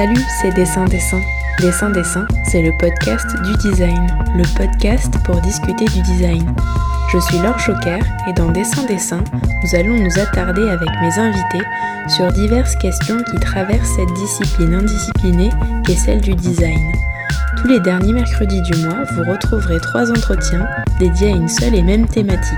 Salut, c'est Dessin Dessin. Dessin Dessin, c'est le podcast du design, le podcast pour discuter du design. Je suis Laure Choquer et dans Dessin Dessin, nous allons nous attarder avec mes invités sur diverses questions qui traversent cette discipline indisciplinée qu'est celle du design. Tous les derniers mercredis du mois, vous retrouverez 3 entretiens dédiés à une seule et même thématique.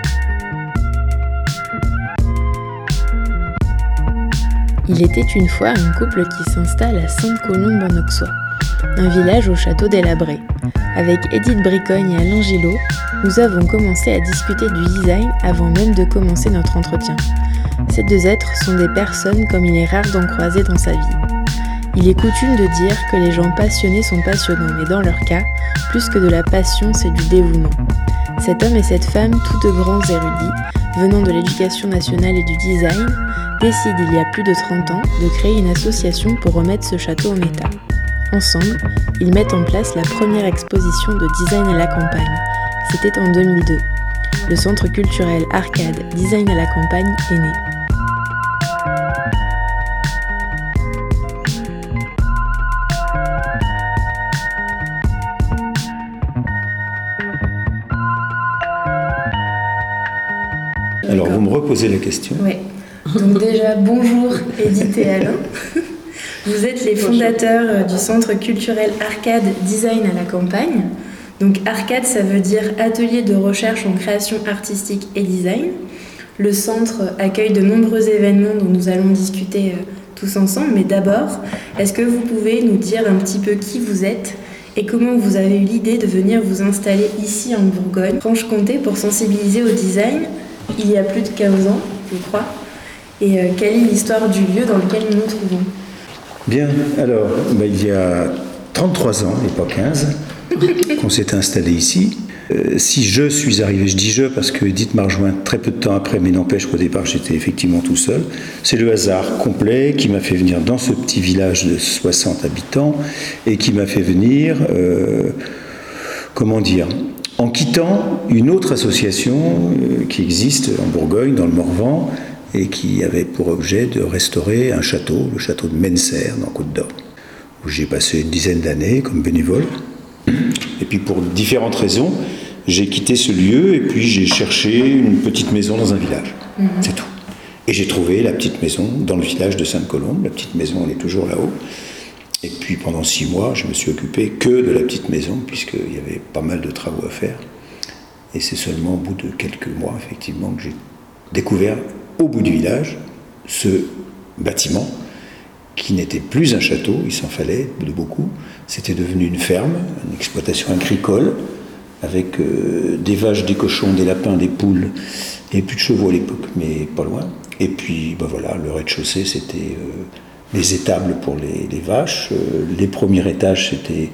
Il était une fois un couple qui s'installe à Sainte-Colombe en Auxois, un village au château délabré. Avec Edith Bricogne et Alain Gillot, nous avons commencé à discuter du design avant même de commencer notre entretien. Ces deux êtres sont des personnes comme il est rare d'en croiser dans sa vie. Il est coutume de dire que les gens passionnés sont passionnants, mais dans leur cas, plus que de la passion, c'est du dévouement. Cet homme et cette femme, tous de grands érudits, venant de l'éducation nationale et du design, décident il y a plus de 30 ans de créer une association pour remettre ce château en état. Ensemble, ils mettent en place la première exposition de design à la campagne. C'était en 2002. Le centre culturel Arcade Design à la campagne est né. Alors, vous me reposez la question. Oui. Donc déjà, bonjour Edith et Alain. Vous êtes les fondateurs du centre culturel Arcade Design à la campagne. Donc Arcade, ça veut dire atelier de recherche en création artistique et design. Le centre accueille de nombreux événements dont nous allons discuter tous ensemble. Mais d'abord, est-ce que vous pouvez nous dire un petit peu qui vous êtes et comment vous avez eu l'idée de venir vous installer ici en Bourgogne, Franche-Comté, pour sensibiliser au design il y a plus de 15 ans, je crois. Et quelle est l'histoire du lieu dans lequel nous nous trouvons ? Bien, alors, il y a 33 ans, et pas 15, qu'on s'est installé ici. Si je suis arrivé, je dis je parce que Edith m'a rejoint très peu de temps après, mais n'empêche qu'au départ j'étais effectivement tout seul. C'est le hasard complet qui m'a fait venir dans ce petit village de 60 habitants et qui m'a fait venir, en quittant une autre association qui existe en Bourgogne, dans le Morvan, et qui avait pour objet de restaurer un château, le château de Menser, dans Côte-d'Or, où j'ai passé une dizaine d'années comme bénévole. Et puis pour différentes raisons, j'ai quitté ce lieu et puis j'ai cherché une petite maison dans un village. C'est tout. Et j'ai trouvé la petite maison dans le village de Sainte-Colombe. La petite maison, elle est toujours là-haut. Et puis pendant 6 mois, je me suis occupé que de la petite maison, puisqu'il y avait pas mal de travaux à faire. Et c'est seulement au bout de quelques mois, effectivement, que j'ai découvert, au bout du village, ce bâtiment qui n'était plus un château, il s'en fallait de beaucoup. C'était devenu une ferme, une exploitation agricole, avec des vaches, des cochons, des lapins, des poules. Il n'y avait plus de chevaux à l'époque, mais pas loin. Et puis, le rez-de-chaussée, c'était les étables pour les vaches. Les premiers étages, c'était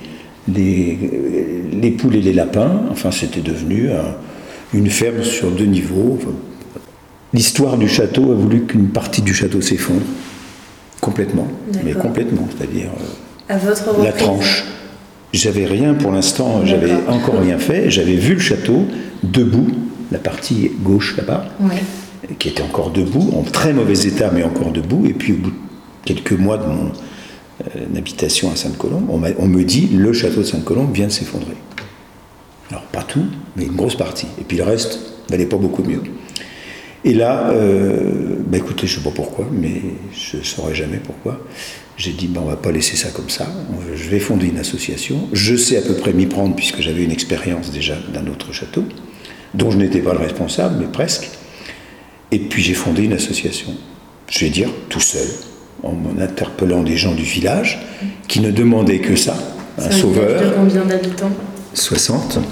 les poules et les lapins. Enfin, c'était devenu une ferme sur 2 niveaux. Enfin, l'histoire du château a voulu qu'une partie du château s'effondre. Complètement. D'accord. Mais complètement, c'est-à-dire à votre la tranche. J'avais rien pour l'instant, j'avais encore rien fait. J'avais vu le château debout, la partie gauche là-bas, qui était encore debout, en très mauvais état, mais encore debout. Et puis au bout de quelques mois de mon habitation à Sainte-Colombe, on me dit le château de Sainte-Colombe vient de s'effondrer. Alors pas tout, mais une grosse partie. Et puis le reste n'allait pas beaucoup mieux. Et là, écoutez, je ne sais pas pourquoi, mais je ne saurais jamais pourquoi. J'ai dit, on ne va pas laisser ça comme ça. Je vais fonder une association. Je sais à peu près m'y prendre, puisque j'avais une expérience déjà d'un autre château, dont je n'étais pas le responsable, mais presque. Et puis j'ai fondé une association, je vais dire, tout seul, en interpellant des gens du village, qui ne demandaient que ça, un sauveur. De combien d'habitants ? 60.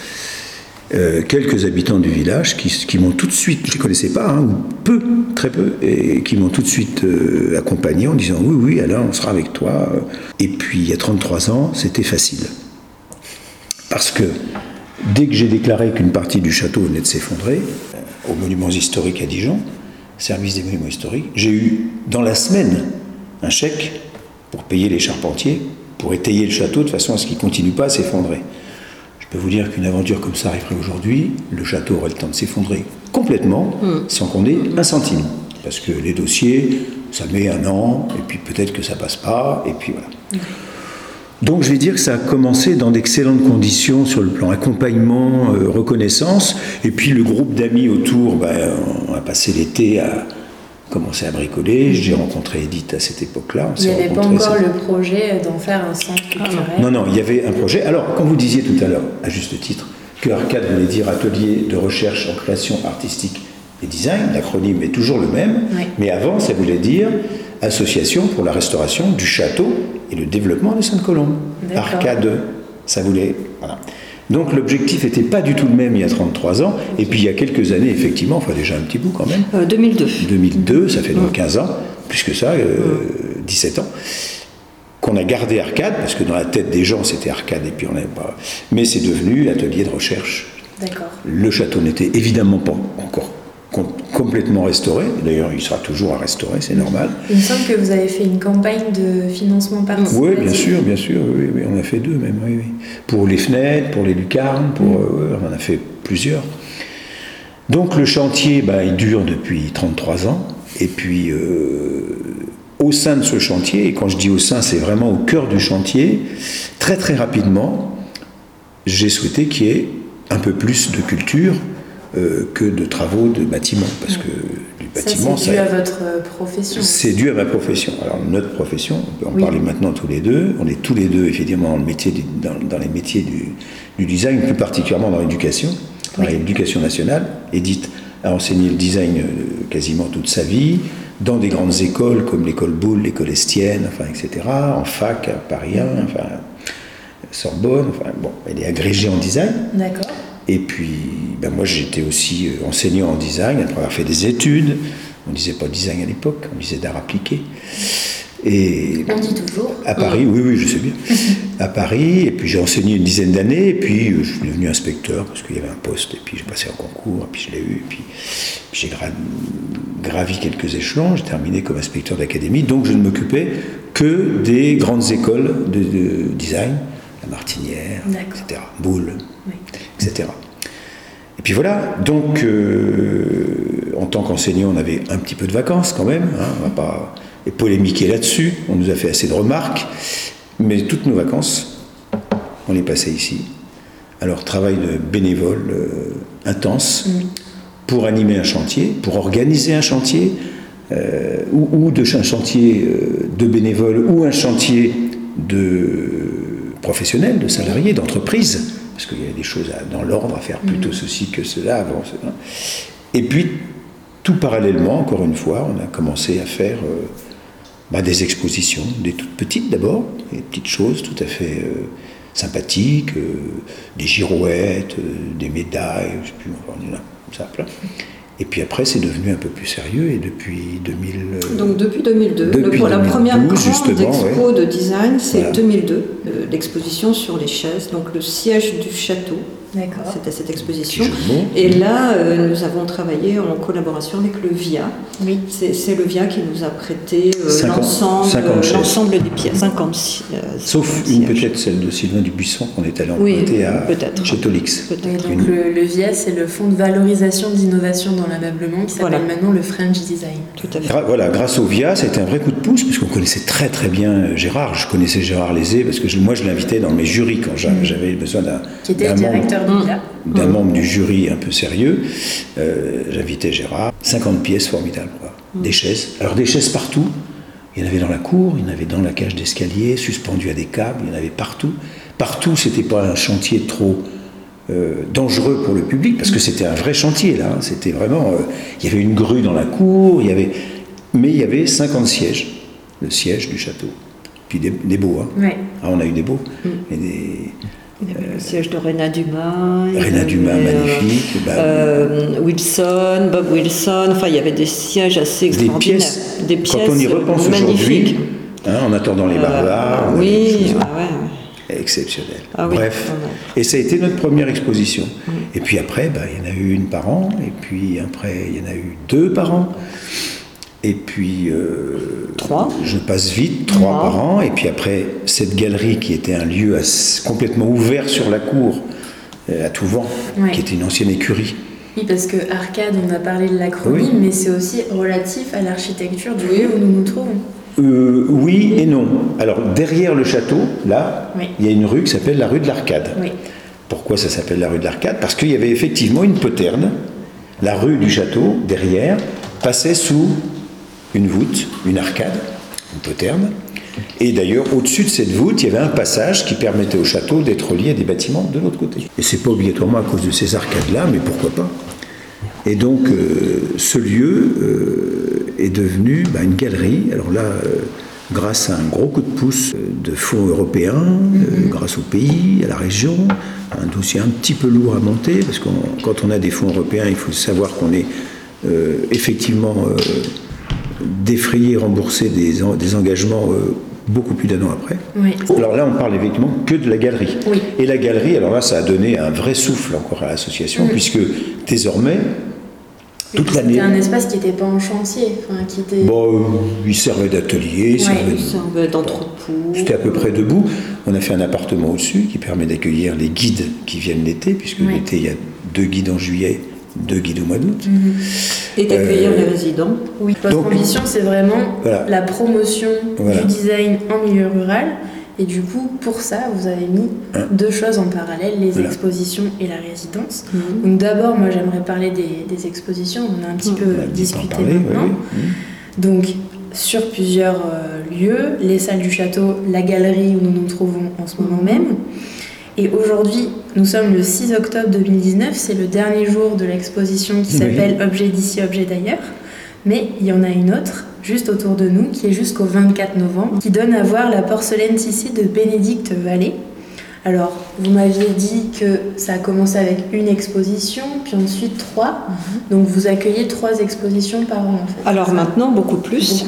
Quelques habitants du village qui m'ont tout de suite, je ne les connaissais pas, ou peu, très peu, et qui m'ont tout de suite accompagné en disant oui, Alain, on sera avec toi. Et puis il y a 33 ans, c'était facile. Parce que dès que j'ai déclaré qu'une partie du château venait de s'effondrer, aux monuments historiques à Dijon, service des monuments historiques, j'ai eu dans la semaine un chèque pour payer les charpentiers, pour étayer le château de façon à ce qu'il ne continue pas à s'effondrer. Je peux vous dire qu'une aventure comme ça arriverait aujourd'hui, le château aurait le temps de s'effondrer complètement, sans qu'on ait un centime. Parce que les dossiers, ça met 1 an, et puis peut-être que ça passe pas, et puis voilà. Donc je vais dire que ça a commencé dans d'excellentes conditions sur le plan accompagnement, reconnaissance, et puis le groupe d'amis autour, on a passé l'été à commencer à bricoler. J'ai rencontré Edith à cette époque-là. Il n'y avait pas encore le projet d'en faire un centre culturel. Non, il y avait un projet. Alors, quand vous disiez tout à l'heure, à juste titre, que Arcade voulait dire atelier de recherche en création artistique et design, l'acronyme est toujours le même, mais avant, ça voulait dire Association pour la restauration du château et le développement de Sainte-Colombe. Arcade, ça voulait... Voilà. Donc l'objectif n'était pas du tout le même il y a 33 ans, et puis il y a quelques années, effectivement, enfin déjà un petit bout quand même. 2002. 2002, ça fait donc 15 ans, plus que ça, 17 ans, qu'on a gardé Arcade, parce que dans la tête des gens c'était Arcade, et puis on n'avait pas... Mais c'est devenu l'atelier de recherche. D'accord. Le château n'était évidemment pas encore complètement restauré, d'ailleurs il sera toujours à restaurer, c'est normal. Il me semble que vous avez fait une campagne de financement participatif. Oui, bien sûr, oui, on a fait 2 même, oui. Pour les fenêtres, pour les lucarnes, on en a fait plusieurs. Donc le chantier, il dure depuis 33 ans, et puis au sein de ce chantier, et quand je dis au sein, c'est vraiment au cœur du chantier, très très rapidement, j'ai souhaité qu'il y ait un peu plus de culture, que de travaux de bâtiments, parce que du bâtiment... Ça, c'est dû à votre profession. C'est dû à ma profession. Alors, notre profession, on peut en parler maintenant tous les deux, on est tous les deux, effectivement, dans les métiers du design, plus particulièrement dans l'éducation, dans l'éducation nationale. Edith a enseigné le design quasiment toute sa vie, dans des grandes écoles, comme l'école Boulle, l'école Estienne, etc., en fac, à Paris 1, Sorbonne, elle est agrégée en design. D'accord. Et puis, moi j'étais aussi enseignant en design, après avoir fait des études. On ne disait pas design à l'époque, on disait d'art appliqué. Et on dit toujours. À Paris, oui, je sais bien. À Paris, et puis j'ai enseigné une dizaine d'années, et puis je suis devenu inspecteur, parce qu'il y avait un poste, et puis j'ai passé un concours, et puis je l'ai eu, et puis j'ai gravi quelques échelons, j'ai terminé comme inspecteur d'académie, donc je ne m'occupais que des grandes écoles de design, la Martinière, etc., Boulle, etc. Et puis voilà, donc en tant qu'enseignant, on avait un petit peu de vacances quand même, on ne va pas polémiquer là-dessus, on nous a fait assez de remarques, mais toutes nos vacances, on les passait ici. Alors travail de bénévole intense pour animer un chantier, pour organiser un chantier, ou un chantier de bénévoles, ou un chantier de professionnels, de salariés, d'entreprises, parce qu'il y a des choses dans l'ordre à faire, plutôt ceci que cela, avant cela. Et puis, tout parallèlement, encore une fois, on a commencé à faire des expositions, des toutes petites d'abord, des petites choses tout à fait sympathiques, des girouettes, des médailles, je ne sais plus, on en a ça plein. Et puis après, c'est devenu un peu plus sérieux, et depuis 2000... Donc depuis 2002, la première grande expo de design, c'est 2002, l'exposition sur les chaises, donc le siège du château. D'accord. C'était cette exposition. Et là, nous avons travaillé en collaboration avec le VIA. Oui. C'est le VIA qui nous a prêté l'ensemble des pièces. 50. Sauf une peut-être celle de Sylvain Dubuisson qu'on est allé emprunter chez Tolix. Donc le VIA, c'est le Fonds de valorisation d'innovation dans l'ameublement qui s'appelle maintenant le French Design. Tout à fait. Grâce au VIA, c'était un vrai coup de pouce, parce qu'on connaissait très très bien Gérard. Je connaissais Gérard Lézé, parce que moi je l'invitais dans mes jurys quand j'avais besoin d'un membre du jury un peu sérieux. J'invitais Gérard. 50 pièces formidables, des chaises. Alors des chaises partout. Il y en avait dans la cour, il y en avait dans la cage d'escalier, suspendues à des câbles, il y en avait partout. Partout, c'était pas un chantier trop dangereux pour le public, parce que c'était un vrai chantier là. C'était vraiment. Il y avait une grue dans la cour, mais il y avait 50 sièges, le siège du château. Puis des beaux, on a eu des beaux. Et il y avait le siège de Reina Dumas. Magnifique. Bob Wilson. Enfin, il y avait des sièges assez extraordinaires. Des pièces quand on y repense aujourd'hui, en attendant les barbares. Exceptionnel. Bref. Et ça a été notre première exposition. Et puis après, il y en a eu une par an. Et puis après, il y en a eu 2 par an. Et puis, 3. Je passe vite, 3 par an. Et puis après, cette galerie qui était un lieu complètement ouvert sur la cour, à tout vent, qui était une ancienne écurie. Oui, parce que arcade, on a parlé de l'acronyme, mais c'est aussi relatif à l'architecture du lieu où nous nous trouvons. Oui et non. Alors, derrière le château, là, il y a une rue qui s'appelle la rue de l'Arcade. Oui. Pourquoi ça s'appelle la rue de l'Arcade? Parce qu'il y avait effectivement une poterne. La rue du château, derrière, passait sous une voûte, une arcade, une poterne. Et d'ailleurs, au-dessus de cette voûte, il y avait un passage qui permettait au château d'être relié à des bâtiments de l'autre côté. Et c'est pas obligatoirement à cause de ces arcades-là, mais pourquoi pas. Et donc, ce lieu est devenu une galerie. Alors là, grâce à un gros coup de pouce de fonds européens, grâce au pays, à la région, un dossier un petit peu lourd à monter, parce que quand on a des fonds européens, il faut savoir qu'on est effectivement défrayé, remboursé des engagements beaucoup plus d'1 an après. Oui. Alors là, on parle effectivement que de la galerie. Oui. Et la galerie, alors là, ça a donné un vrai souffle encore à l'association, puisque désormais, toute l'année. C'était un espace qui n'était pas en chantier. Qui était... il servait d'atelier, il servait d'entrepôt. J'étais à peu près debout. On a fait un appartement au-dessus qui permet d'accueillir les guides qui viennent l'été, puisque l'été, il y a 2 guides en juillet, 2 guides au mois d'août. Et d'accueillir les résidents. Oui, votre ambition, c'est vraiment la promotion du design en milieu rural. Et du coup, pour ça, vous avez mis 2 choses en parallèle, les expositions et la résidence. Donc d'abord, moi, j'aimerais parler des expositions. On a un petit peu discuté maintenant. Donc, sur plusieurs lieux, les salles du château, la galerie où nous nous trouvons en ce moment même. Et aujourd'hui, nous sommes le 6 octobre 2019, c'est le dernier jour de l'exposition qui s'appelle Objet d'ici, objet d'ailleurs. Mais il y en a une autre, juste autour de nous, qui est jusqu'au 24 novembre, qui donne à voir la porcelaine tissée de Bénédicte Vallée. Alors, vous m'aviez dit que ça a commencé avec une exposition, puis ensuite 3. Donc, vous accueillez 3 expositions par an, en fait. Alors maintenant, beaucoup plus,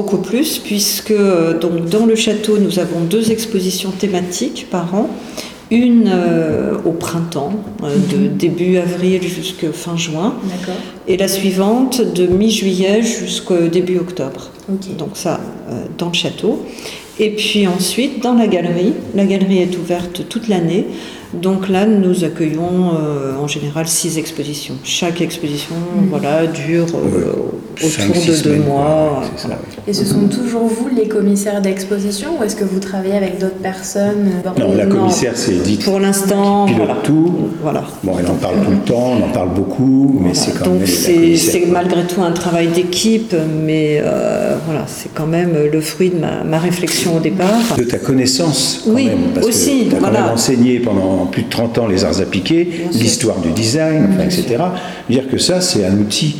puisque donc, dans le château, nous avons 2 expositions thématiques par an. Une au printemps, de début avril jusqu'à fin juin. D'accord. Et la suivante de mi-juillet jusqu'au début octobre. Okay. Donc ça, dans le château. Et puis ensuite, dans la galerie est ouverte toute l'année. Donc là, nous accueillons en général 6 expositions. Chaque exposition dure autour de 2 mois. Et ce sont toujours vous les commissaires d'exposition ou est-ce que vous travaillez avec d'autres personnes? Non, la commissaire, c'est Edith. Pour l'instant, pilote tout. Voilà. Bon, elle en parle tout le temps, on en parle beaucoup, mais c'est quand même. Donc c'est malgré tout un travail d'équipe, mais c'est quand même le fruit de ma réflexion au départ. De ta connaissance, quand même, parce aussi. que tu as quand même enseigné pendant plus de 30 ans les arts appliqués, l'histoire du design, etc. Dire que ça, c'est un outil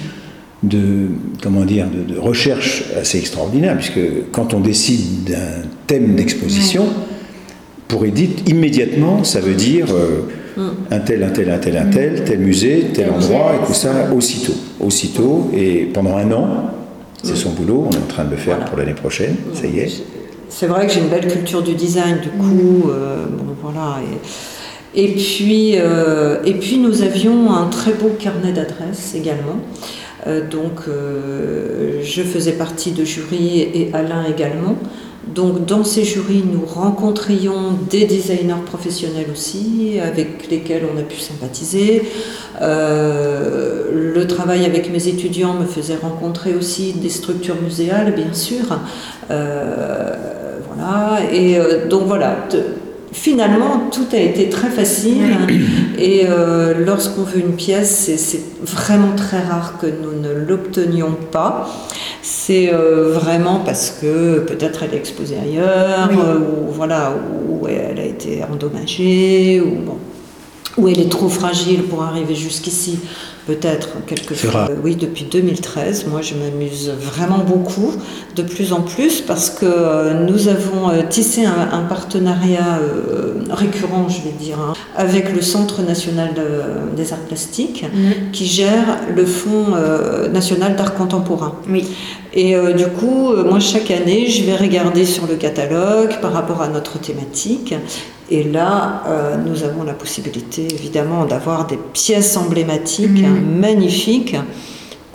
de recherche assez extraordinaire, puisque quand on décide d'un thème d'exposition, pour Edith, immédiatement, ça veut dire un tel musée, tel endroit, et tout ça, aussitôt, et pendant 1 an, c'est son boulot, on est en train de le faire pour l'année prochaine, ça y est. C'est vrai que j'ai une belle culture du design, du coup, Et puis nous avions un très beau carnet d'adresses également. Je faisais partie de jury et Alain également. Donc dans ces jurys, nous rencontrions des designers professionnels aussi, avec lesquels on a pu sympathiser. Le travail avec mes étudiants me faisait rencontrer aussi des structures muséales, bien sûr. Finalement, tout a été très facile et lorsqu'on veut une pièce, c'est vraiment très rare que nous ne l'obtenions pas. C'est vraiment parce que peut-être elle est exposée ailleurs, ou elle a été endommagée, ou elle est trop fragile pour arriver jusqu'ici. Peut-être quelquefois. Oui, depuis 2013, moi je m'amuse vraiment beaucoup, de plus en plus, parce que nous avons tissé un partenariat récurrent, je vais dire, avec le Centre national des arts plastiques, qui gère le Fonds national d'art contemporain. Oui. Et du coup, moi chaque année, je vais regarder sur le catalogue par rapport à notre thématique. Et là, nous avons la possibilité, évidemment, d'avoir des pièces emblématiques magnifiques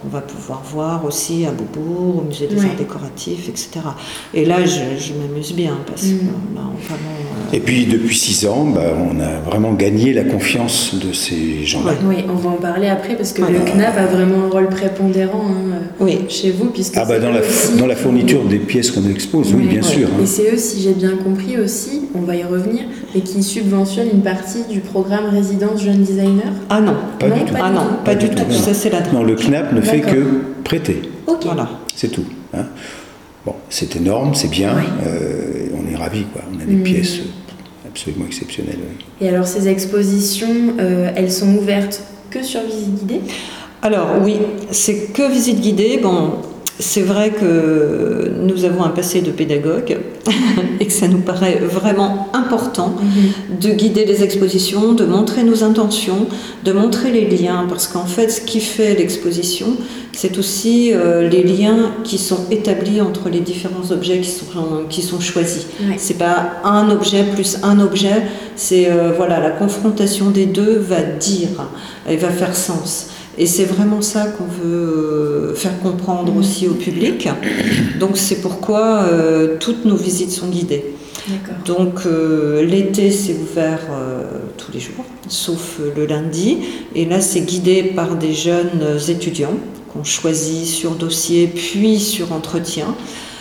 qu'on va pouvoir voir aussi à Beaubourg, au musée des arts décoratifs, etc. Et là, je m'amuse bien parce que là, vraiment... Et puis, depuis 6 ans, on a vraiment gagné la confiance de ces gens-là. Oui, on va en parler après parce que le CNAP a vraiment un rôle prépondérant chez vous. Puisque dans la fourniture des pièces qu'on expose, oui, bien sûr. Et c'est eux, si j'ai bien compris aussi, on va y revenir, mais qui subventionnent une partie du programme Résidence Jeune Designer. Ah non, pas du tout. Pas du tout. Ça, c'est la Non, le CNAP ne fait que prêter. Ok. Voilà. C'est tout. Hein. Bon, c'est énorme, c'est bien. On est ravis, quoi. On a des pièces absolument exceptionnelles. Et alors, ces expositions, elles sont ouvertes que sur visite guidée ? Alors oui, c'est que visite guidée. Bon, c'est vrai que nous avons un passé de pédagogue et que ça nous paraît vraiment important de guider les expositions, de montrer nos intentions, de montrer les liens, parce qu'en fait, ce qui fait l'exposition, c'est aussi les liens qui sont établis entre les différents objets qui sont choisis. Ouais. C'est pas un objet plus un objet, c'est la confrontation des deux va dire, elle va faire sens. Et c'est vraiment ça qu'on veut faire comprendre aussi au public. Donc c'est pourquoi toutes nos visites sont guidées. D'accord. Donc l'été c'est ouvert tous les jours, sauf le lundi. Et là c'est guidé par des jeunes étudiants qu'on choisit sur dossier puis sur entretien.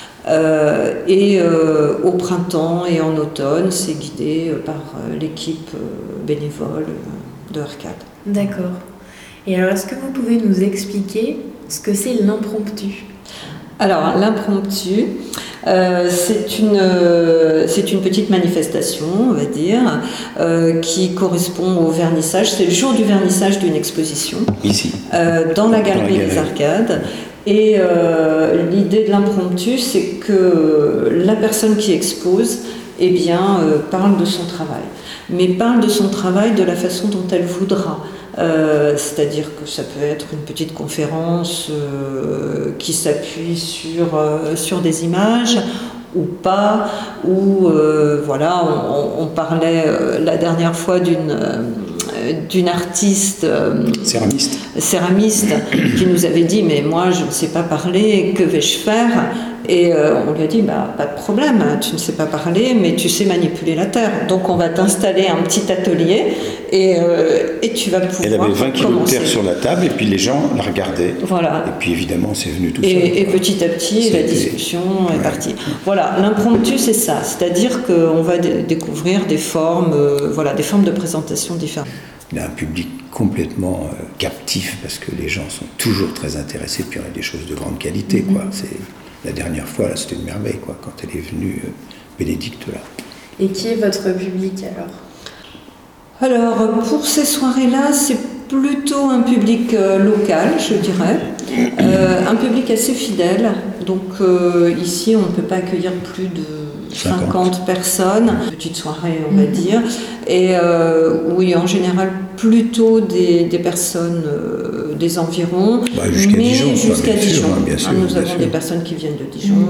Au printemps et en automne, c'est guidé par l'équipe bénévole de Arcade. D'accord. Et alors, est-ce que vous pouvez nous expliquer ce que c'est l'impromptu ? Alors, l'impromptu, c'est une petite manifestation, on va dire, qui correspond au vernissage. C'est le jour du vernissage d'une exposition. Ici. Dans la galerie des Arcades. Et l'idée de l'impromptu, c'est que la personne qui expose, parle de son travail. Mais parle de son travail de la façon dont elle voudra. C'est-à-dire que ça peut être une petite conférence qui s'appuie sur des images ou pas, ou on parlait la dernière fois d'une artiste céramiste qui nous avait dit mais moi je ne sais pas parler, que vais-je faire ? Et on lui a dit pas de problème, tu ne sais pas parler mais tu sais manipuler la terre, donc on va t'installer un petit atelier et tu vas pouvoir Elle avait 20 kilos de terre sur la table et puis les gens la regardaient. Voilà. Et puis évidemment c'est venu tout seul. Et petit à petit la discussion est partie. Voilà, l'impromptu c'est ça, c'est-à-dire qu'on va découvrir des formes de présentation différentes. Il a un public complètement captif parce que les gens sont toujours très intéressés, puis on a des choses de grande qualité, quoi. La dernière fois, là, c'était une merveille, quoi, quand elle est venue, Bénédicte, là. Et qui est votre public, alors ? Alors, pour ces soirées-là, c'est plutôt un public local, je dirais. Un public assez fidèle. Donc, ici, on ne peut pas accueillir plus de 50 personnes. Petite soirée, on va dire. Et oui, en général, plutôt des personnes des environs. Jusqu'à Dijon. Jusqu'à Dijon. Bien sûr, nous avons des personnes qui viennent de Dijon.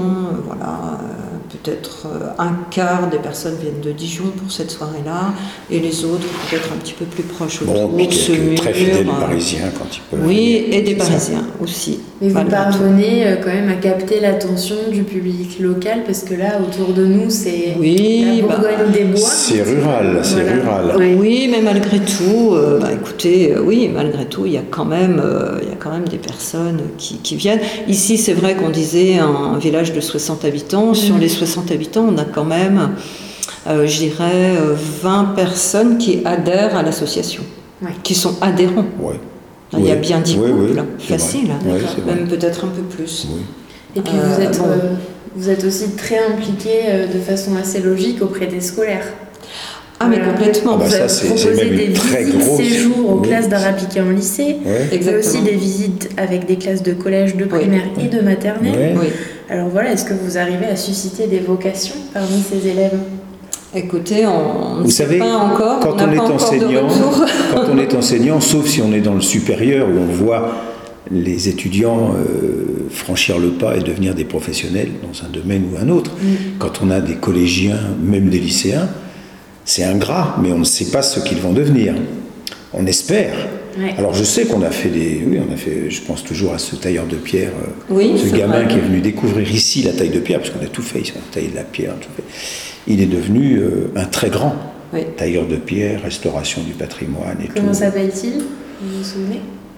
Peut-être un quart des personnes viennent de Dijon pour cette soirée-là, et les autres peut-être un petit peu plus proches autour de ce mur. Très fidèles Parisiens quand ils peuvent. Oui, et des Parisiens aussi. Mais vous parvenez quand même à capter l'attention du public local, parce que là, autour de nous, c'est la Bourgogne des Bois. C'est rural, rural. Oui, mais malgré tout, malgré tout, il y a quand même des personnes qui viennent. Ici, c'est vrai qu'on disait un village de 60 habitants. Sur les 60 habitants, on a quand même, 20 personnes qui adhèrent à l'association, qui sont adhérents. Ouais. Il y a bien 10 couples, facile, même peut-être un peu plus. Oui. Et puis vous êtes aussi très impliqué de façon assez logique auprès des scolaires. Ah mais complètement. Vous avez proposé des visites séjours aux classes d'art appliqué en lycée, mais aussi des visites avec des classes de collège, de primaire et de maternelle. Oui. Alors voilà, est-ce que vous arrivez à susciter des vocations parmi ces élèves ? Écoutez, on ne sait pas encore, quand on est enseignant, sauf si on est dans le supérieur où on voit les étudiants franchir le pas et devenir des professionnels dans un domaine ou un autre. Quand on a des collégiens, même des lycéens, c'est ingrat, mais on ne sait pas ce qu'ils vont devenir. On espère. Ouais. Alors je sais qu'on a fait je pense toujours à ce tailleur de pierre, Oui, ce c'est gamin vrai. qui est venu découvrir ici la taille de pierre, parce qu'on a tout fait ici, on a taillé de la pierre, tout fait. Il est devenu un très grand tailleur de pierre, restauration du patrimoine et Comment tout. s'appelle-t-il? Vous vous souvenez?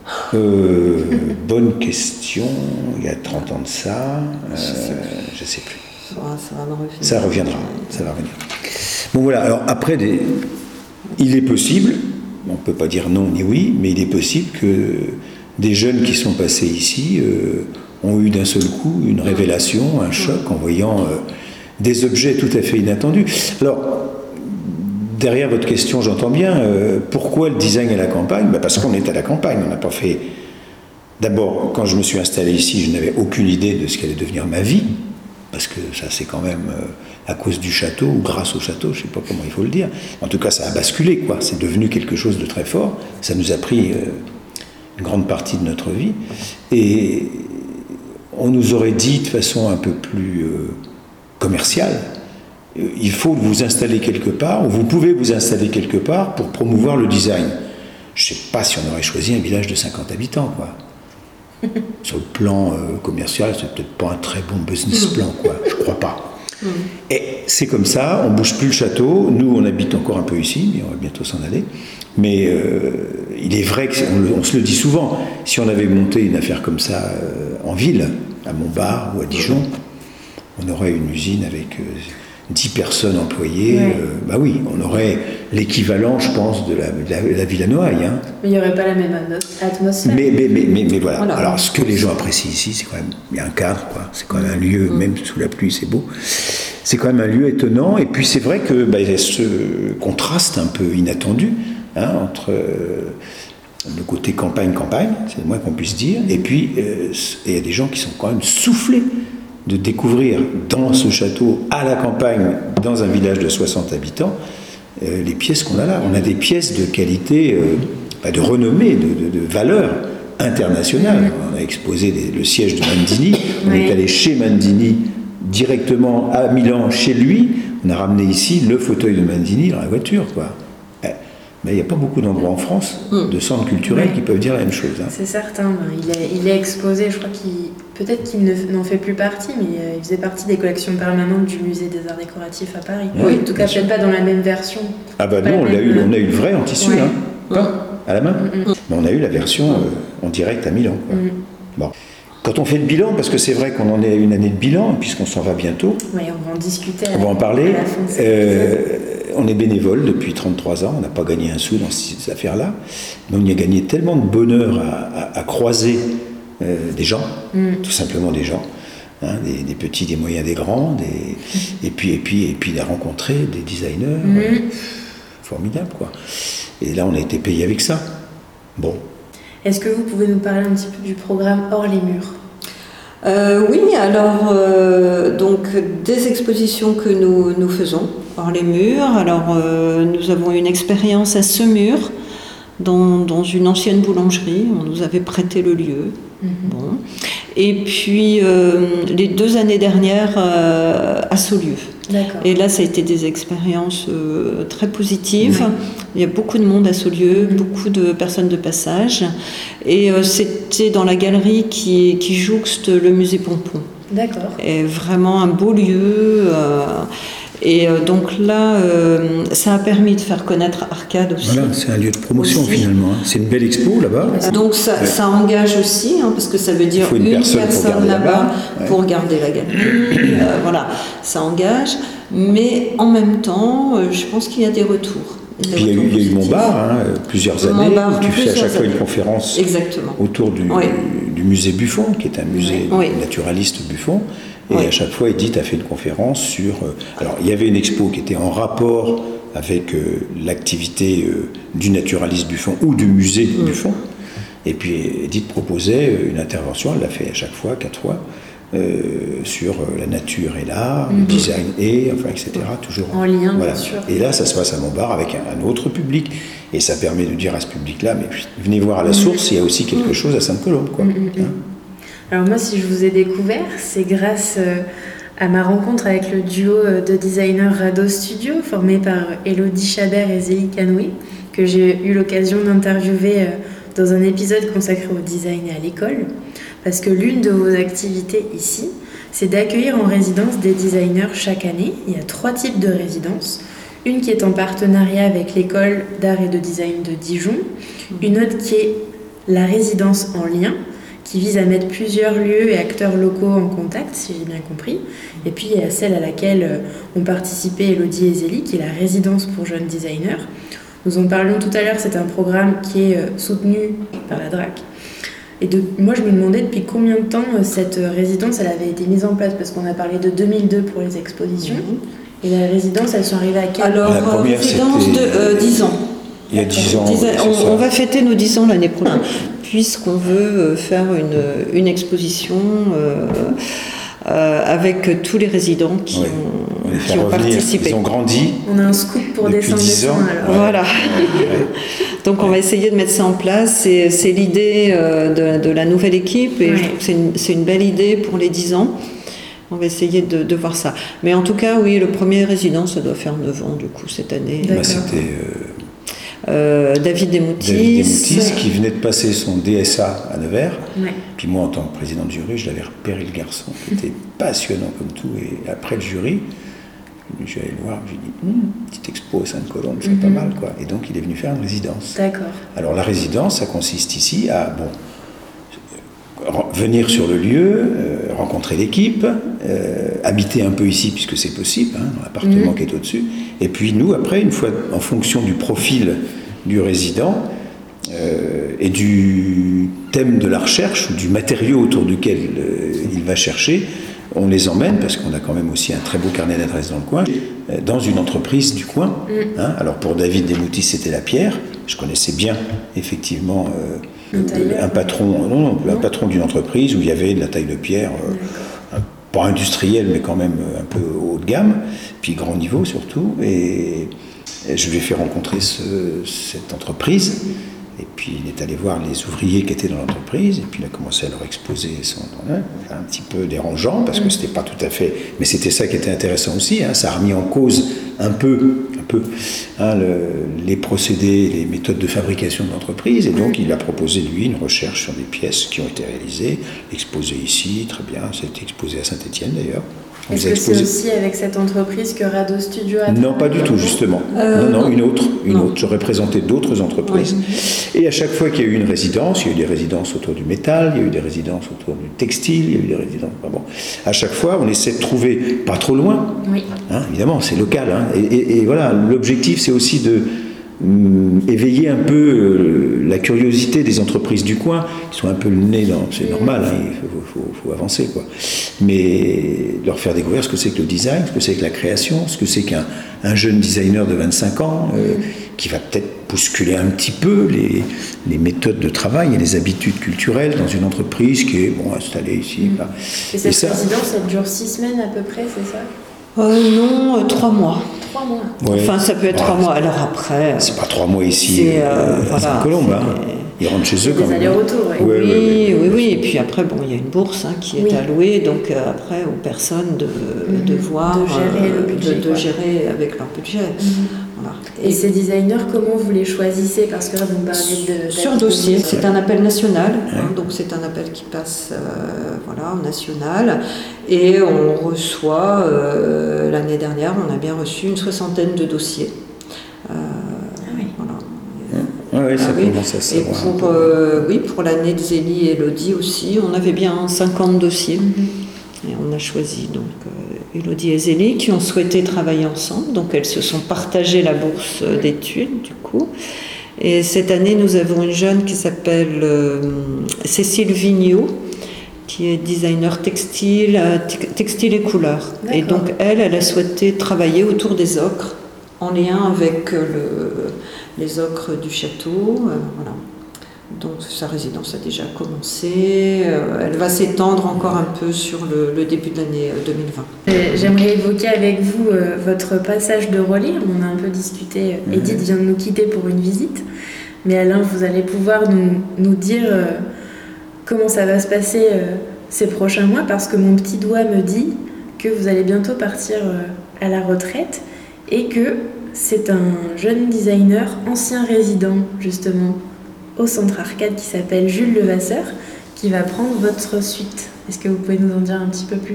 Bonne question, il y a 30 ans de ça, je sais plus. Ça va me revenir. Ça reviendra, ça va revenir. Bon voilà, alors après, il est possible, on ne peut pas dire non ni oui, mais il est possible que des jeunes qui sont passés ici ont eu d'un seul coup une révélation, un choc en voyant des objets tout à fait inattendus. Alors, derrière votre question, j'entends bien, pourquoi le design à la campagne ? Parce qu'on est à la campagne, on n'a pas fait... D'abord, quand je me suis installé ici, je n'avais aucune idée de ce qu'allait devenir ma vie, parce que ça c'est quand même à cause du château, ou grâce au château, je ne sais pas comment il faut le dire. En tout cas, ça a basculé, quoi. C'est devenu quelque chose de très fort. Ça nous a pris une grande partie de notre vie. Et on nous aurait dit de façon un peu plus commerciale, il faut vous installer quelque part, ou vous pouvez vous installer quelque part pour promouvoir le design. Je ne sais pas si on aurait choisi un village de 50 habitants, quoi. Sur le plan commercial, c'est peut-être pas un très bon business plan, quoi. Je crois pas. Et c'est comme ça, on bouge plus le château. Nous, on habite encore un peu ici, mais on va bientôt s'en aller. Mais il est vrai qu'on se le dit souvent. Si on avait monté une affaire comme ça en ville, à Montbard ou à Dijon, on aurait une usine avec 10 personnes employées. Bah oui, on aurait l'équivalent, je pense, de la Villa Noailles. Hein. Mais il n'y aurait pas la même atmosphère. Mais voilà. Alors, ce que les gens apprécient ici, c'est quand même, il y a un cadre, quoi. C'est quand même un lieu, même sous la pluie, c'est beau. C'est quand même un lieu étonnant. Et puis, c'est vrai que il y a ce contraste un peu inattendu entre le côté campagne-campagne, c'est le moins qu'on puisse dire. Et puis, il y a des gens qui sont quand même soufflés de découvrir dans ce château, à la campagne, dans un village de 60 habitants, les pièces qu'on a là. On a des pièces de qualité, de renommée, de valeur internationale. On a exposé le siège de Mandini, on est allé chez Mandini directement à Milan, chez lui, on a ramené ici le fauteuil de Mandini dans la voiture, quoi. Mais il n'y a pas beaucoup d'endroits en France, de centres culturels, qui peuvent dire la même chose. Hein. C'est certain. Il est exposé, je crois peut-être qu'il n'en fait plus partie, mais il faisait partie des collections permanentes du musée des arts décoratifs à Paris. Oui, en tout cas, peut-être pas dans la même version. Ah bah non, on a eu le vrai en tissu, à la main. Mais on a eu la version en direct à Milan. Bon. Quand on fait le bilan, parce que c'est vrai qu'on en est à une année de bilan, puisqu'on s'en va bientôt. Oui, on va en discuter. On va en parler. À la fin de cet épisode. On est bénévole depuis 33 ans, on n'a pas gagné un sou dans ces affaires-là, mais on y a gagné tellement de bonheur à croiser des gens, tout simplement des gens, des petits, des moyens, des grands, et puis à rencontrer des designers formidables, quoi. Et là, on a été payé avec ça. Bon. Est-ce que vous pouvez nous parler un petit peu du programme Hors les murs ? Oui, alors donc des expositions que nous faisons hors les murs. Alors nous avons une expérience à Semur dans une ancienne boulangerie. On nous avait prêté le lieu. Bon. Et puis les 2 années dernières à Saulieu. D'accord. Et là, ça a été des expériences très positives. Il y a beaucoup de monde à Saulieu, beaucoup de personnes de passage. Et c'était dans la galerie qui jouxte le musée Pompon. D'accord. Et vraiment un beau lieu. Donc là, ça a permis de faire connaître Arcade aussi. Voilà, c'est un lieu de promotion finalement. Hein. C'est une belle expo là-bas. Donc ça engage aussi, parce que ça veut dire une personne là-bas pour garder la galerie. Voilà, ça engage. Mais en même temps, je pense qu'il y a des retours. Puis il y a eu Montbard, plusieurs années, où tu fais à chaque fois une conférence autour du musée Buffon, qui est un musée naturaliste Buffon. Et à chaque fois, Edith a fait une conférence sur... alors, il y avait une expo qui était en rapport avec l'activité du naturaliste Buffon ou du musée Buffon. Et puis, Edith proposait une intervention, elle l'a fait à chaque fois, 4 fois, sur la nature et l'art, le design etc. Toujours en lien, bien sûr. Et là, ça se passe à Montbard avec un autre public. Et ça permet de dire à ce public-là, mais venez voir à la source, il y a aussi quelque chose à Sainte-Colombe, quoi. Alors moi, si je vous ai découvert, c'est grâce à ma rencontre avec le duo de designers Rado Studio, formé par Elodie Chabert et Zélie Canoui, que j'ai eu l'occasion d'interviewer dans un épisode consacré au design et à l'école, parce que l'une de vos activités ici, c'est d'accueillir en résidence des designers chaque année. Il y a 3 types de résidences. Une qui est en partenariat avec l'école d'art et de design de Dijon, une autre qui est la résidence en lien, qui vise à mettre plusieurs lieux et acteurs locaux en contact, si j'ai bien compris. Et puis il y a celle à laquelle ont participé Elodie et Zélie, qui est la résidence pour jeunes designers. Nous en parlions tout à l'heure, c'est un programme qui est soutenu par la DRAC. Et moi je me demandais depuis combien de temps cette résidence elle avait été mise en place, parce qu'on a parlé de 2002 pour les expositions. Et la résidence, elles sont arrivées à quel? Alors, résidence de 10 ans. Il y a 10 ans. On va fêter nos 10 ans l'année prochaine, puisqu'on veut faire une exposition avec tous les résidents qui ont participé. Ils ont grandi. On a un scoop pour décembre. 10 ans. Alors. Voilà. Donc on va essayer de mettre ça en place. C'est l'idée de la nouvelle équipe et je trouve que c'est une belle idée pour les 10 ans. On va essayer de voir ça. Mais en tout cas, oui, le premier résident, ça doit faire 9 ans, du coup, cette année. C'était David Desmoutis, qui venait de passer son DSA à Nevers. Ouais. Puis moi, en tant que président du jury, je l'avais repéré, le garçon. Il était passionnant comme tout. Et après le jury, je suis allé le voir, j'ai dit, petite expo à Sainte-Colombe, c'est pas mal, quoi. Et donc, il est venu faire une résidence. D'accord. Alors, la résidence, ça consiste ici à, venir sur le lieu, rencontrer l'équipe, habiter un peu ici puisque c'est possible, dans l'appartement qui est au-dessus. Et puis nous, après, une fois en fonction du profil du résident et du thème de la recherche, ou du matériau autour duquel il va chercher, on les emmène, parce qu'on a quand même aussi un très beau carnet d'adresses dans le coin, dans une entreprise du coin. Alors pour David Desmoutis, c'était la pierre. Je connaissais bien, effectivement, un patron d'une entreprise où il y avait de la taille de pierre, pas industrielle, mais quand même un peu haut de gamme, puis grand niveau surtout. Et je lui ai fait rencontrer cette entreprise. Et puis il est allé voir les ouvriers qui étaient dans l'entreprise, et puis il a commencé à leur exposer un petit peu dérangeant, parce que c'était pas tout à fait... Mais c'était ça qui était intéressant aussi, ça a remis en cause un peu les procédés, les méthodes de fabrication de l'entreprise, et donc il a proposé, lui, une recherche sur des pièces qui ont été réalisées, exposées ici, très bien, ça a été exposé à Saint-Étienne d'ailleurs. Est-ce que c'est aussi avec cette entreprise que Rado Studio a travaillé? Non, pas du tout, justement. Non, une autre. J'aurais présenté d'autres entreprises. Et à chaque fois qu'il y a eu une résidence, il y a eu des résidences autour du métal, il y a eu des résidences autour du textile, il y a eu des résidences... À chaque fois, on essaie de trouver pas trop loin. Oui. Évidemment, c'est local. Et voilà, l'objectif, c'est aussi de éveiller un peu la curiosité des entreprises du coin, qui sont un peu le nez dans... C'est normal, il faut avancer, quoi. Mais leur faire découvrir ce que c'est que le design, ce que c'est que la création, ce que c'est qu'un jeune designer de 25 ans qui va peut-être bousculer un petit peu les méthodes de travail et les habitudes culturelles dans une entreprise qui est installée ici. Et cette résidence, elle dure 6 semaines à peu près, c'est ça? Non, 3 mois. 3 mois. Ouais. Enfin, ça peut être 3 mois. Alors après... C'est pas 3 mois ici à Sainte-Colombe. Ils rentrent chez eux quand même. Des allers-retours, oui. Et puis après, il y a une bourse qui est allouée, donc après, aux personnes de voir... De gérer le budget. De gérer avec leur budget. Voilà. Et ces designers, comment vous les choisissez? Parce que là, vous me parliez de... Sur dossier, c'est un appel national, donc c'est un appel qui passe en national, et on reçoit, l'année dernière, on a bien reçu une 60aine de dossiers. Oui, ça commence à se savoir. Et pour l'année de Zélie et Elodie aussi, on avait bien 50 dossiers. Et on a choisi donc Elodie et Zélie qui ont souhaité travailler ensemble. Donc elles se sont partagées la bourse d'études du coup. Et cette année, nous avons une jeune qui s'appelle Cécile Vigneault, qui est designer textile et couleurs. Et donc elle a souhaité travailler autour des ocres, en lien avec les ocres du château. Voilà. Donc sa résidence a déjà commencé. Elle va s'étendre encore un peu sur le début de l'année 2020. J'aimerais évoquer avec vous votre passage de relais. On a un peu discuté. Edith vient de nous quitter pour une visite. Mais Alain, vous allez pouvoir nous dire comment ça va se passer ces prochains mois, parce que mon petit doigt me dit que vous allez bientôt partir à la retraite et que c'est un jeune designer, ancien résident justement au Centre Arcade qui s'appelle Jules Levasseur, qui va prendre votre suite. Est-ce que vous pouvez nous en dire un petit peu plus ?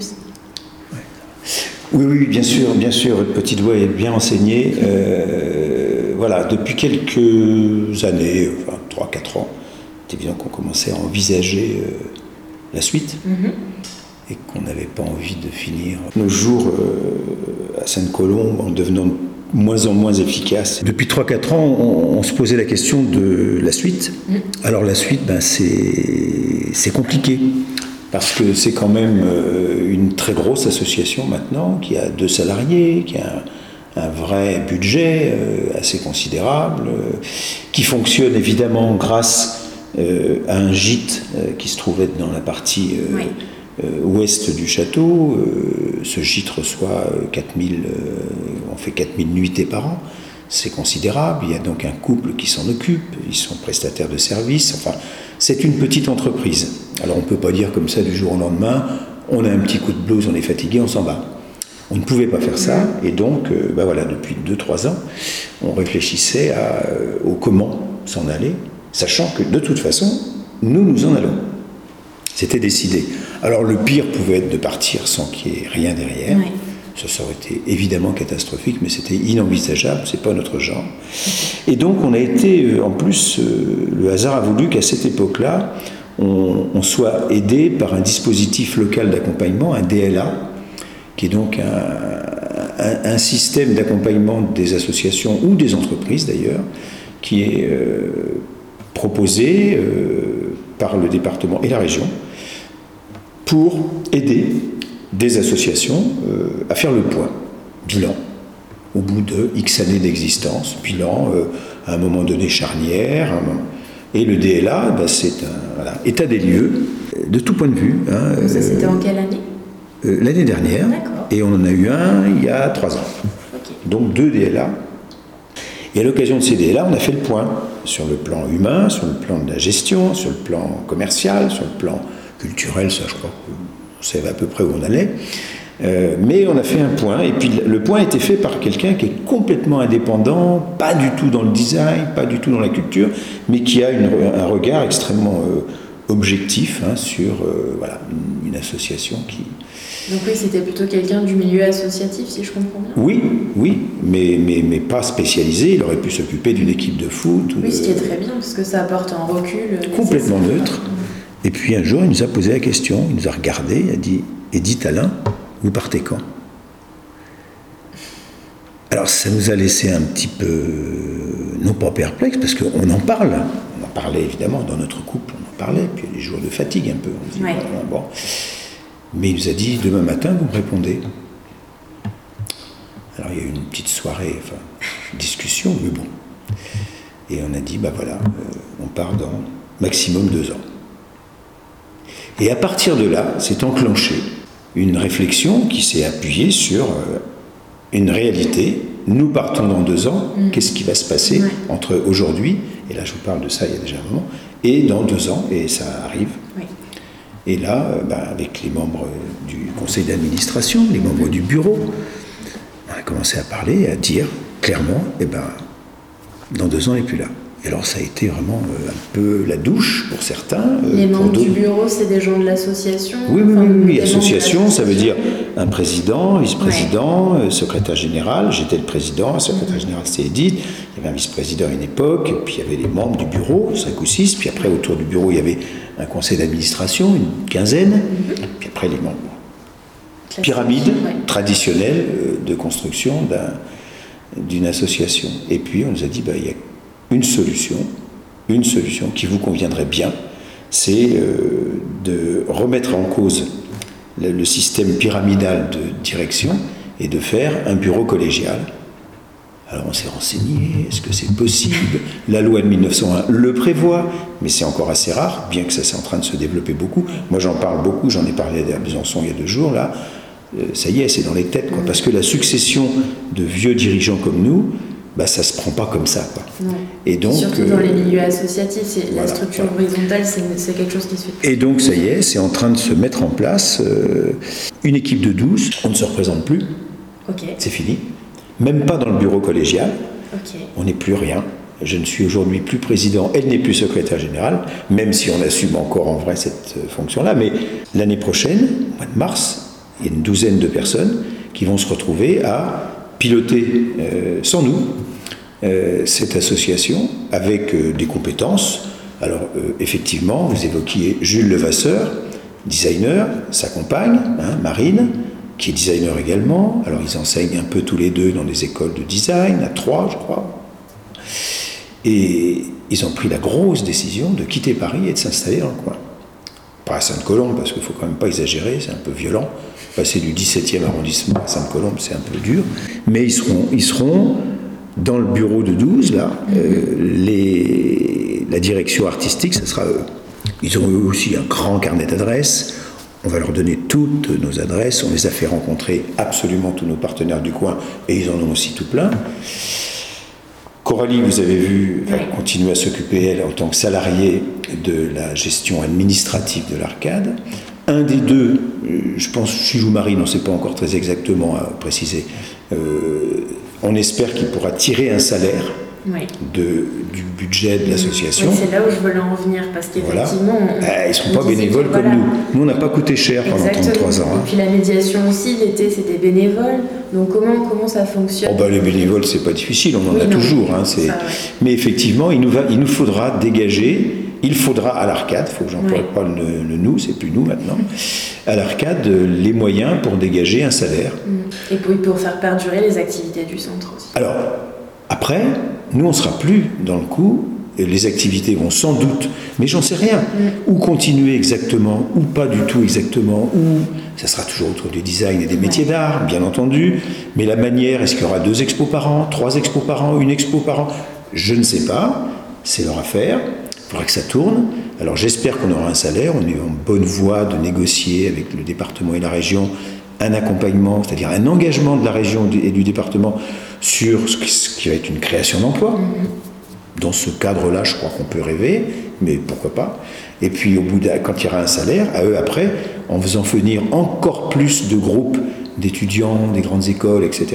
Oui, bien sûr, votre petite voix est bien enseignée. Voilà, depuis quelques années, 3-4 ans, c'est évident qu'on commençait à envisager la suite et qu'on n'avait pas envie de finir nos jours à Sainte-Colombe en devenant de moins en moins efficace. Depuis 3-4 ans, on se posait la question de la suite. Alors la suite, c'est compliqué. Parce que c'est quand même une très grosse association maintenant, qui a 2 salariés, qui a un vrai budget assez considérable, qui fonctionne évidemment grâce à un gîte qui se trouvait dans la partie ouest du château. Ce gîte reçoit 4000, on fait 4000 nuitées par an. C'est considérable. Il y a donc un couple qui s'en occupe. Ils sont prestataires de services. Enfin, c'est une petite entreprise. Alors on ne peut pas dire comme ça du jour au lendemain, on a un petit coup de blues, on est fatigué, on s'en va. On ne pouvait pas faire ça. Et donc, depuis 2-3 ans, on réfléchissait au comment s'en aller, sachant que de toute façon, nous en allons. C'était décidé. Alors le pire pouvait être de partir sans qu'il y ait rien derrière. Oui. Ça aurait été évidemment catastrophique, mais c'était inenvisageable, c'est pas notre genre. Et donc on a été, en plus, le hasard a voulu qu'à cette époque-là, on soit aidé par un dispositif local d'accompagnement, un DLA, qui est donc un système d'accompagnement des associations ou des entreprises d'ailleurs, qui est proposé par le département et la région pour aider des associations à faire le point, bilan, au bout de X années d'existence, bilan à un moment donné charnière, et le DLA, c'est un état des lieux, de tout point de vue. Ça c'était en quelle année ? L'année dernière, et on en a eu un il y a 3 ans. Okay. Donc 2 DLA. Et à l'occasion de ces DLA, on a fait le point sur le plan humain, sur le plan de la gestion, sur le plan commercial, sur le plan culturel, ça je crois qu'on savait à peu près où on allait. Mais on a fait un point, et puis le point a été fait par quelqu'un qui est complètement indépendant, pas du tout dans le design, pas du tout dans la culture, mais qui a un regard extrêmement objectif sur une association qui... Donc oui, c'était plutôt quelqu'un du milieu associatif, si je comprends bien. Oui, mais pas spécialisé. Il aurait pu s'occuper d'une équipe de foot. Oui, ce qui est très bien, parce que ça apporte un recul. Complètement neutre. Et puis un jour, il nous a posé la question, il nous a regardé, il a dit « Et dites Alain, vous partez quand ?» Alors ça nous a laissé un petit peu, non pas perplexe, parce qu'on en parle. On en parlait évidemment dans notre couple, on en parlait, puis il y a des jours de fatigue un peu. On se dit, bon. Mais il nous a dit « Demain matin, vous me répondez. » Alors il y a eu une petite soirée, discussion, mais bon. Et on a dit on part dans maximum 2 ans. Et à partir de là, s'est enclenchée une réflexion qui s'est appuyée sur une réalité. Nous partons dans 2 ans, qu'est-ce qui va se passer entre aujourd'hui, et là je vous parle de ça il y a déjà un moment, et dans 2 ans, et ça arrive. Oui. Et là, avec les membres du conseil d'administration, les membres du bureau, on a commencé à parler, à dire clairement, dans 2 ans, on n'est plus là. Et alors ça a été vraiment un peu la douche pour certains. Les membres du bureau, c'est des gens de l'association ? Oui, association, ça veut dire un président, vice-président, secrétaire général. J'étais le président, le secrétaire général c'était Edith. Il y avait un vice-président à une époque, puis il y avait les membres du bureau, 5 ou 6. Puis après, autour du bureau, il y avait un conseil d'administration, une 15aine. Puis après, les membres. Pyramide traditionnelle de construction d'une association. Et puis on nous a dit, il y a une solution qui vous conviendrait bien, c'est de remettre en cause le système pyramidal de direction et de faire un bureau collégial. Alors on s'est renseigné, est-ce que c'est possible ? La loi de 1901 le prévoit, mais c'est encore assez rare, bien que ça c'est en train de se développer beaucoup. Moi j'en parle beaucoup, j'en ai parlé à Besançon il y a 2 jours, là, ça y est, c'est dans les têtes, parce que la succession de vieux dirigeants comme nous, ça se prend pas comme ça, Et donc, surtout dans les milieux associatifs, la structure horizontale, c'est quelque chose qui se fait. Et donc ça y est, c'est en train de se mettre en place une équipe de 12, on ne se représente plus, c'est fini. même pas dans le bureau collégial. Ok. On n'est plus rien. Je ne suis aujourd'hui plus président, elle n'est plus secrétaire générale, même si on assume encore en vrai cette fonction-là. Mais l'année prochaine, au mois de mars, il y a une douzaine de personnes qui vont se retrouver à piloter sans nous cette association avec des compétences. Alors effectivement, vous évoquiez Jules Levasseur, designer, sa compagne, Marine, qui est designer également. Alors ils enseignent un peu tous les deux dans des écoles de design, à 3 je crois. Et ils ont pris la grosse décision de quitter Paris et de s'installer dans le coin. Pas à Sainte-Colombe, parce qu'il ne faut quand même pas exagérer, c'est un peu violent. Passer du 17e arrondissement à Sainte-Colombe, c'est un peu dur. Mais ils seront dans le bureau de 12, là. La direction artistique, ce sera eux. Ils ont eux aussi un grand carnet d'adresses. On va leur donner toutes nos adresses. On les a fait rencontrer absolument tous nos partenaires du coin, et ils en ont aussi tout plein. Coralie, vous avez vu, va continuer à s'occuper, elle, en tant que salariée de la gestion administrative de l'Arcade. Un des deux, je pense, Jules ou Marine, on ne sait pas encore très exactement à préciser, on espère qu'il pourra tirer un salaire du budget de l'association. Oui, c'est là où je voulais en venir, parce qu'effectivement... Ils ne seront pas bénévoles comme nous. Nous, on n'a pas coûté cher pendant 33 ans. Et puis la médiation aussi, l'été, c'est des bénévoles. Donc comment ça fonctionne ? Les bénévoles, c'est pas difficile, on en a toujours. Mais effectivement, il nous faudra dégager, il faudra à l'Arcade, il faut que j'emploie pas le nous, c'est plus nous maintenant, à l'Arcade, les moyens pour dégager un salaire. Et pour faire perdurer les activités du centre aussi. Alors, après, nous, on ne sera plus dans le coup. Les activités vont sans doute, mais j'en sais rien, ou continuer exactement, ou pas du tout exactement, ou ça sera toujours autour du design et des métiers d'art, bien entendu, mais la manière, est-ce qu'il y aura 2 expos par an, 3 expos par an, 1 expo par an, je ne sais pas, c'est leur affaire, il faudra que ça tourne. Alors j'espère qu'on aura un salaire, on est en bonne voie de négocier avec le département et la région un accompagnement, c'est-à-dire un engagement de la région et du département sur ce qui va être une création d'emploi. Dans ce cadre-là, je crois qu'on peut rêver, mais pourquoi pas. Et puis, quand il y aura un salaire, à eux, après, en faisant venir encore plus de groupes d'étudiants, des grandes écoles, etc.,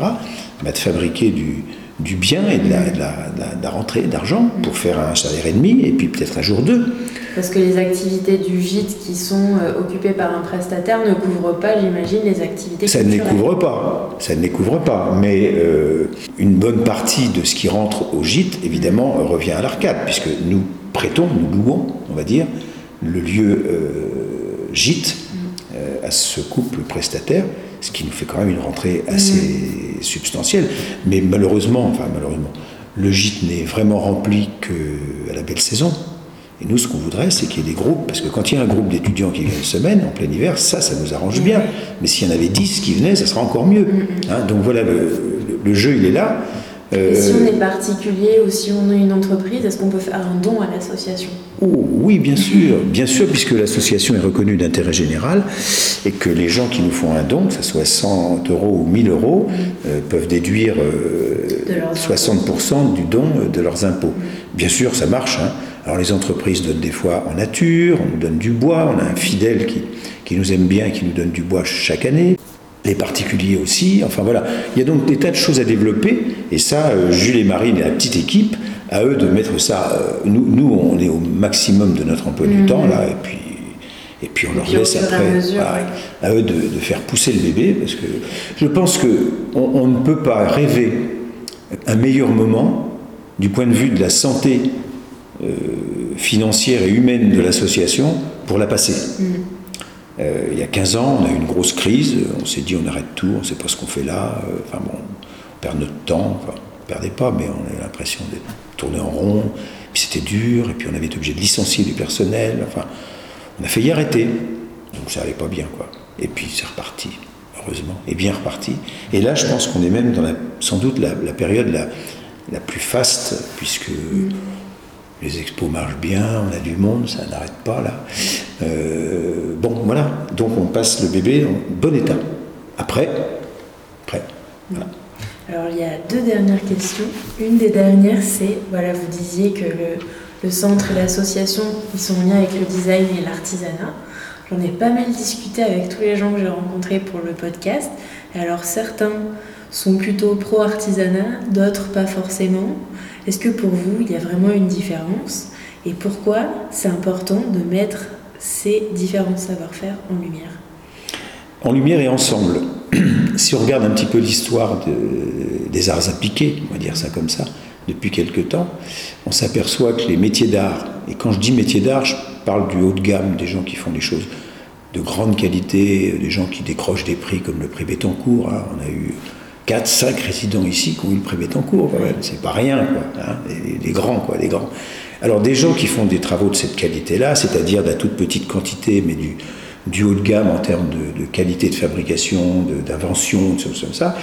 de fabriquer du bien et de la rentrée d'argent pour faire un salaire et demi, et puis peut-être un jour 2. Parce que les activités du gîte qui sont occupées par un prestataire ne couvrent pas, j'imagine, les activités culturelles. Ça ne les couvre pas, mais une bonne partie de ce qui rentre au gîte, évidemment, revient à l'Arcade, puisque nous louons, on va dire, le lieu gîte à ce couple prestataire, ce qui nous fait quand même une rentrée assez substantielle. Mais malheureusement, le gîte n'est vraiment rempli qu'à la belle saison. Et nous, ce qu'on voudrait, c'est qu'il y ait des groupes, parce que quand il y a un groupe d'étudiants qui vient une semaine, en plein hiver, ça nous arrange bien. Mais s'il y en avait 10 qui venaient, ça sera encore mieux. Donc voilà, le jeu, il est là. Et si on est particulier ou si on est une entreprise, est-ce qu'on peut faire un don à l'association ? Oui, bien sûr, puisque l'association est reconnue d'intérêt général et que les gens qui nous font un don, que ce soit 100 € ou 1000 €, peuvent déduire 60% du don de leurs impôts. Bien sûr, ça marche. Alors les entreprises donnent des fois en nature, on nous donne du bois, on a un fidèle qui nous aime bien et qui nous donne du bois chaque année. Les particuliers aussi, enfin voilà. Il y a donc des tas de choses à développer, et ça, Jules et Marine et la petite équipe, à eux de mettre ça. Nous, on est au maximum de notre emploi du temps, là, et puis on leur laisse après, à eux de faire pousser le bébé, parce que je pense qu'on ne peut pas rêver un meilleur moment du point de vue de la santé financière et humaine de l'association pour la passer. Il y a 15 ans, on a eu une grosse crise, on s'est dit on arrête tout, on ne sait pas ce qu'on fait là, on perd notre temps, on ne perdait pas, mais on a l'impression de tourner en rond, puis c'était dur, et puis on avait été obligé de licencier du personnel, on a failli arrêter, donc ça allait pas bien, Et puis c'est reparti, heureusement, et bien reparti. Et là, je pense qu'on est même dans sans doute la période la plus faste, puisque les expos marchent bien, on a du monde, ça n'arrête pas là. Voilà, donc on passe le bébé en bon état. Après. Voilà. Alors il y a 2 dernières questions. Une des dernières, c'est, vous disiez que le centre et l'association, ils sont en lien avec le design et l'artisanat. J'en ai pas mal discuté avec tous les gens que j'ai rencontrés pour le podcast. Et alors certains sont plutôt pro-artisanat, d'autres pas forcément. Est-ce que pour vous, il y a vraiment une différence ? Et pourquoi c'est important de mettre ces différents savoir-faire en lumière ? En lumière et ensemble. Si on regarde un petit peu l'histoire des arts appliqués, on va dire ça comme ça, depuis quelque temps, on s'aperçoit que les métiers d'art, et quand je dis métiers d'art, je parle du haut de gamme, des gens qui font des choses de grande qualité, des gens qui décrochent des prix comme le prix Bettencourt. Hein. On a eu 4-5 résidents ici qui ont eu le prix Bettencourt, quand même. C'est pas rien, quoi. Hein. Les grands, quoi, les grands. Alors des gens qui font des travaux de cette qualité-là, c'est-à-dire de la toute petite quantité, mais du haut de gamme en termes de qualité de fabrication, d'invention, de choses comme ça,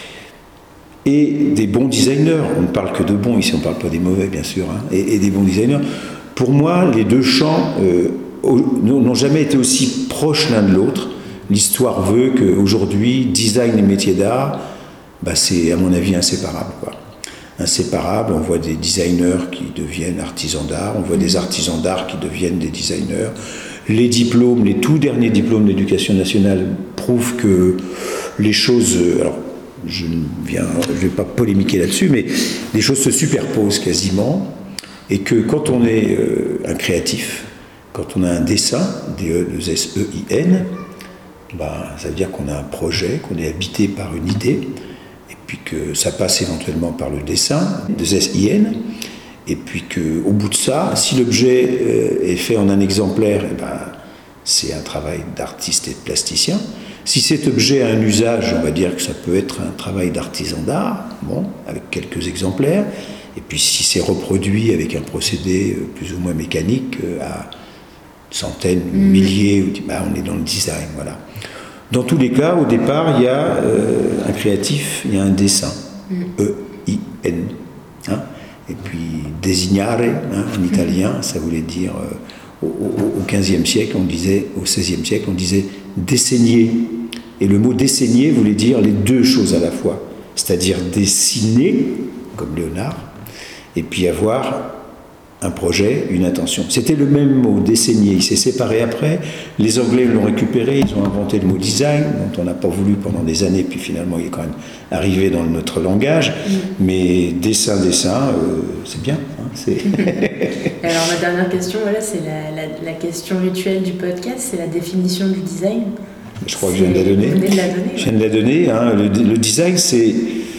et des bons designers. On ne parle que de bons ici, on ne parle pas des mauvais, bien sûr, hein, et des bons designers. Pour moi, les deux champs n'ont jamais été aussi proches l'un de l'autre. L'histoire veut qu'aujourd'hui, design et métier d'art, c'est à mon avis inséparable, quoi. Inséparable, on voit des designers qui deviennent artisans d'art, on voit des artisans d'art qui deviennent des designers. Les diplômes, les tout derniers diplômes de l'éducation nationale prouvent que les choses, alors je ne vais pas polémiquer là-dessus, mais les choses se superposent quasiment, et que quand on est un créatif, quand on a un dessin, D-E-S-E-I-N, ça veut dire qu'on a un projet, qu'on est habité par une idée, et puis que ça passe éventuellement par le dessin, D-E-S-I-N, et puis qu'au bout de ça, si l'objet est fait en un exemplaire, c'est un travail d'artiste et de plasticien. Si cet objet a un usage, on va dire que ça peut être un travail d'artisan d'art, avec quelques exemplaires, et puis si c'est reproduit avec un procédé plus ou moins mécanique à centaines, milliers, on est dans le design, voilà. Dans tous les cas, au départ, il y a un créatif, il y a un dessin, E-I-N, hein. Et puis designare, en italien, ça voulait dire, au XVe siècle, on disait, au XVIe siècle, on disait dessegner. Et le mot dessegner voulait dire les deux choses à la fois, c'est-à-dire dessiner, comme Léonard, et puis avoir un projet, une intention. C'était le même mot, dessegner. Il s'est séparé après. Les Anglais l'ont récupéré, ils ont inventé le mot design, dont on n'a pas voulu pendant des années, puis finalement il est quand même arrivé dans notre langage. Mais dessin, c'est bien. Hein, Alors ma dernière question, c'est la question rituelle du podcast, c'est la définition du design. Je crois que je viens de la donner. Vous venez de la donner. Je viens de la donner. Hein. Le design, c'est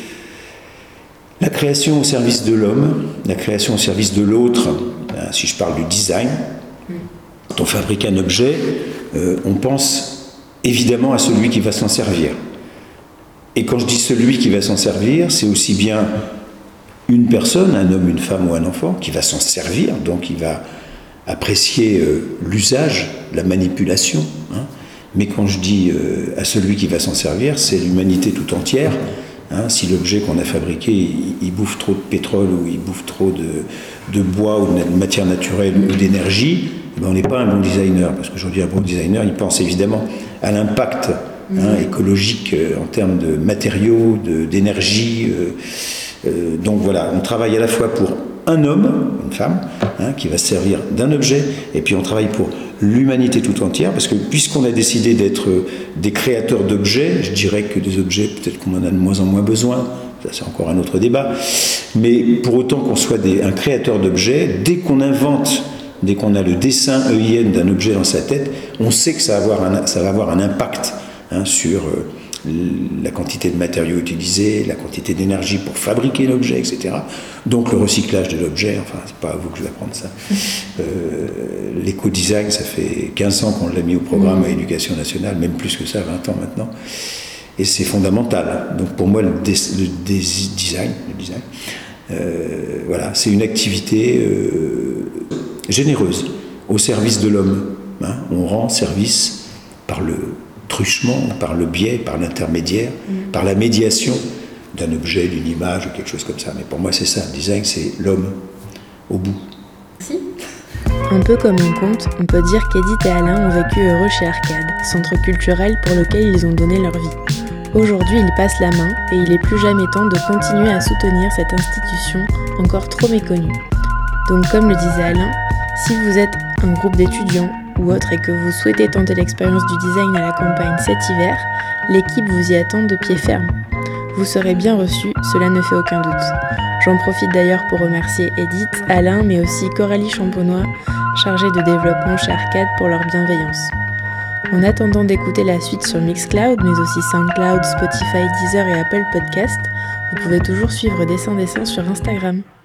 la création au service de l'homme, la création au service de l'autre. Si je parle du design, quand on fabrique un objet, on pense évidemment à celui qui va s'en servir. Et quand je dis celui qui va s'en servir, c'est aussi bien une personne, un homme, une femme ou un enfant, qui va s'en servir, donc il va apprécier l'usage, la manipulation. Hein. Mais quand je dis à celui qui va s'en servir, c'est l'humanité tout entière. Hein, si l'objet qu'on a fabriqué, il bouffe trop de pétrole ou il bouffe trop de bois ou de matière naturelle ou d'énergie, on n'est pas un bon designer. Parce qu'aujourd'hui, un bon designer, il pense évidemment à l'impact écologique en termes de matériaux, d'énergie. Donc voilà, on travaille à la fois pour un homme, une femme, qui va se servir d'un objet, et puis on travaille pour l'humanité tout entière, parce que puisqu'on a décidé d'être des créateurs d'objets, je dirais que des objets, peut-être qu'on en a de moins en moins besoin, ça c'est encore un autre débat, mais pour autant qu'on soit un créateur d'objets, dès qu'on invente, dès qu'on a le dessin EIN d'un objet dans sa tête, on sait que ça va avoir un impact sur la quantité de matériaux utilisés, la quantité d'énergie pour fabriquer l'objet, etc. Donc le recyclage de l'objet, enfin c'est pas à vous que je vais apprendre ça. L'éco-design, ça fait 15 ans qu'on l'a mis au programme à l'Éducation nationale, même plus que ça, 20 ans maintenant. Et c'est fondamental. Donc pour moi, le design, voilà, c'est une activité généreuse, au service de l'homme. On rend service par le truchement, par le biais, par l'intermédiaire, par la médiation d'un objet, d'une image ou quelque chose comme ça. Mais pour moi, c'est ça. Le design, c'est l'homme au bout. Merci. Un peu comme un conte, on peut dire qu'Edith et Alain ont vécu heureux chez Arcade, centre culturel pour lequel ils ont donné leur vie. Aujourd'hui, ils passent la main et il est plus jamais temps de continuer à soutenir cette institution encore trop méconnue. Donc, comme le disait Alain, si vous êtes un groupe d'étudiants ou autre et que vous souhaitez tenter l'expérience du design à la campagne cet hiver, l'équipe vous y attend de pied ferme. Vous serez bien reçus, cela ne fait aucun doute. J'en profite d'ailleurs pour remercier Edith, Alain, mais aussi Coralie Champonnois, chargée de développement chez Arcade, pour leur bienveillance. En attendant d'écouter la suite sur Mixcloud, mais aussi Soundcloud, Spotify, Deezer et Apple Podcast, vous pouvez toujours suivre Dessin sur Instagram.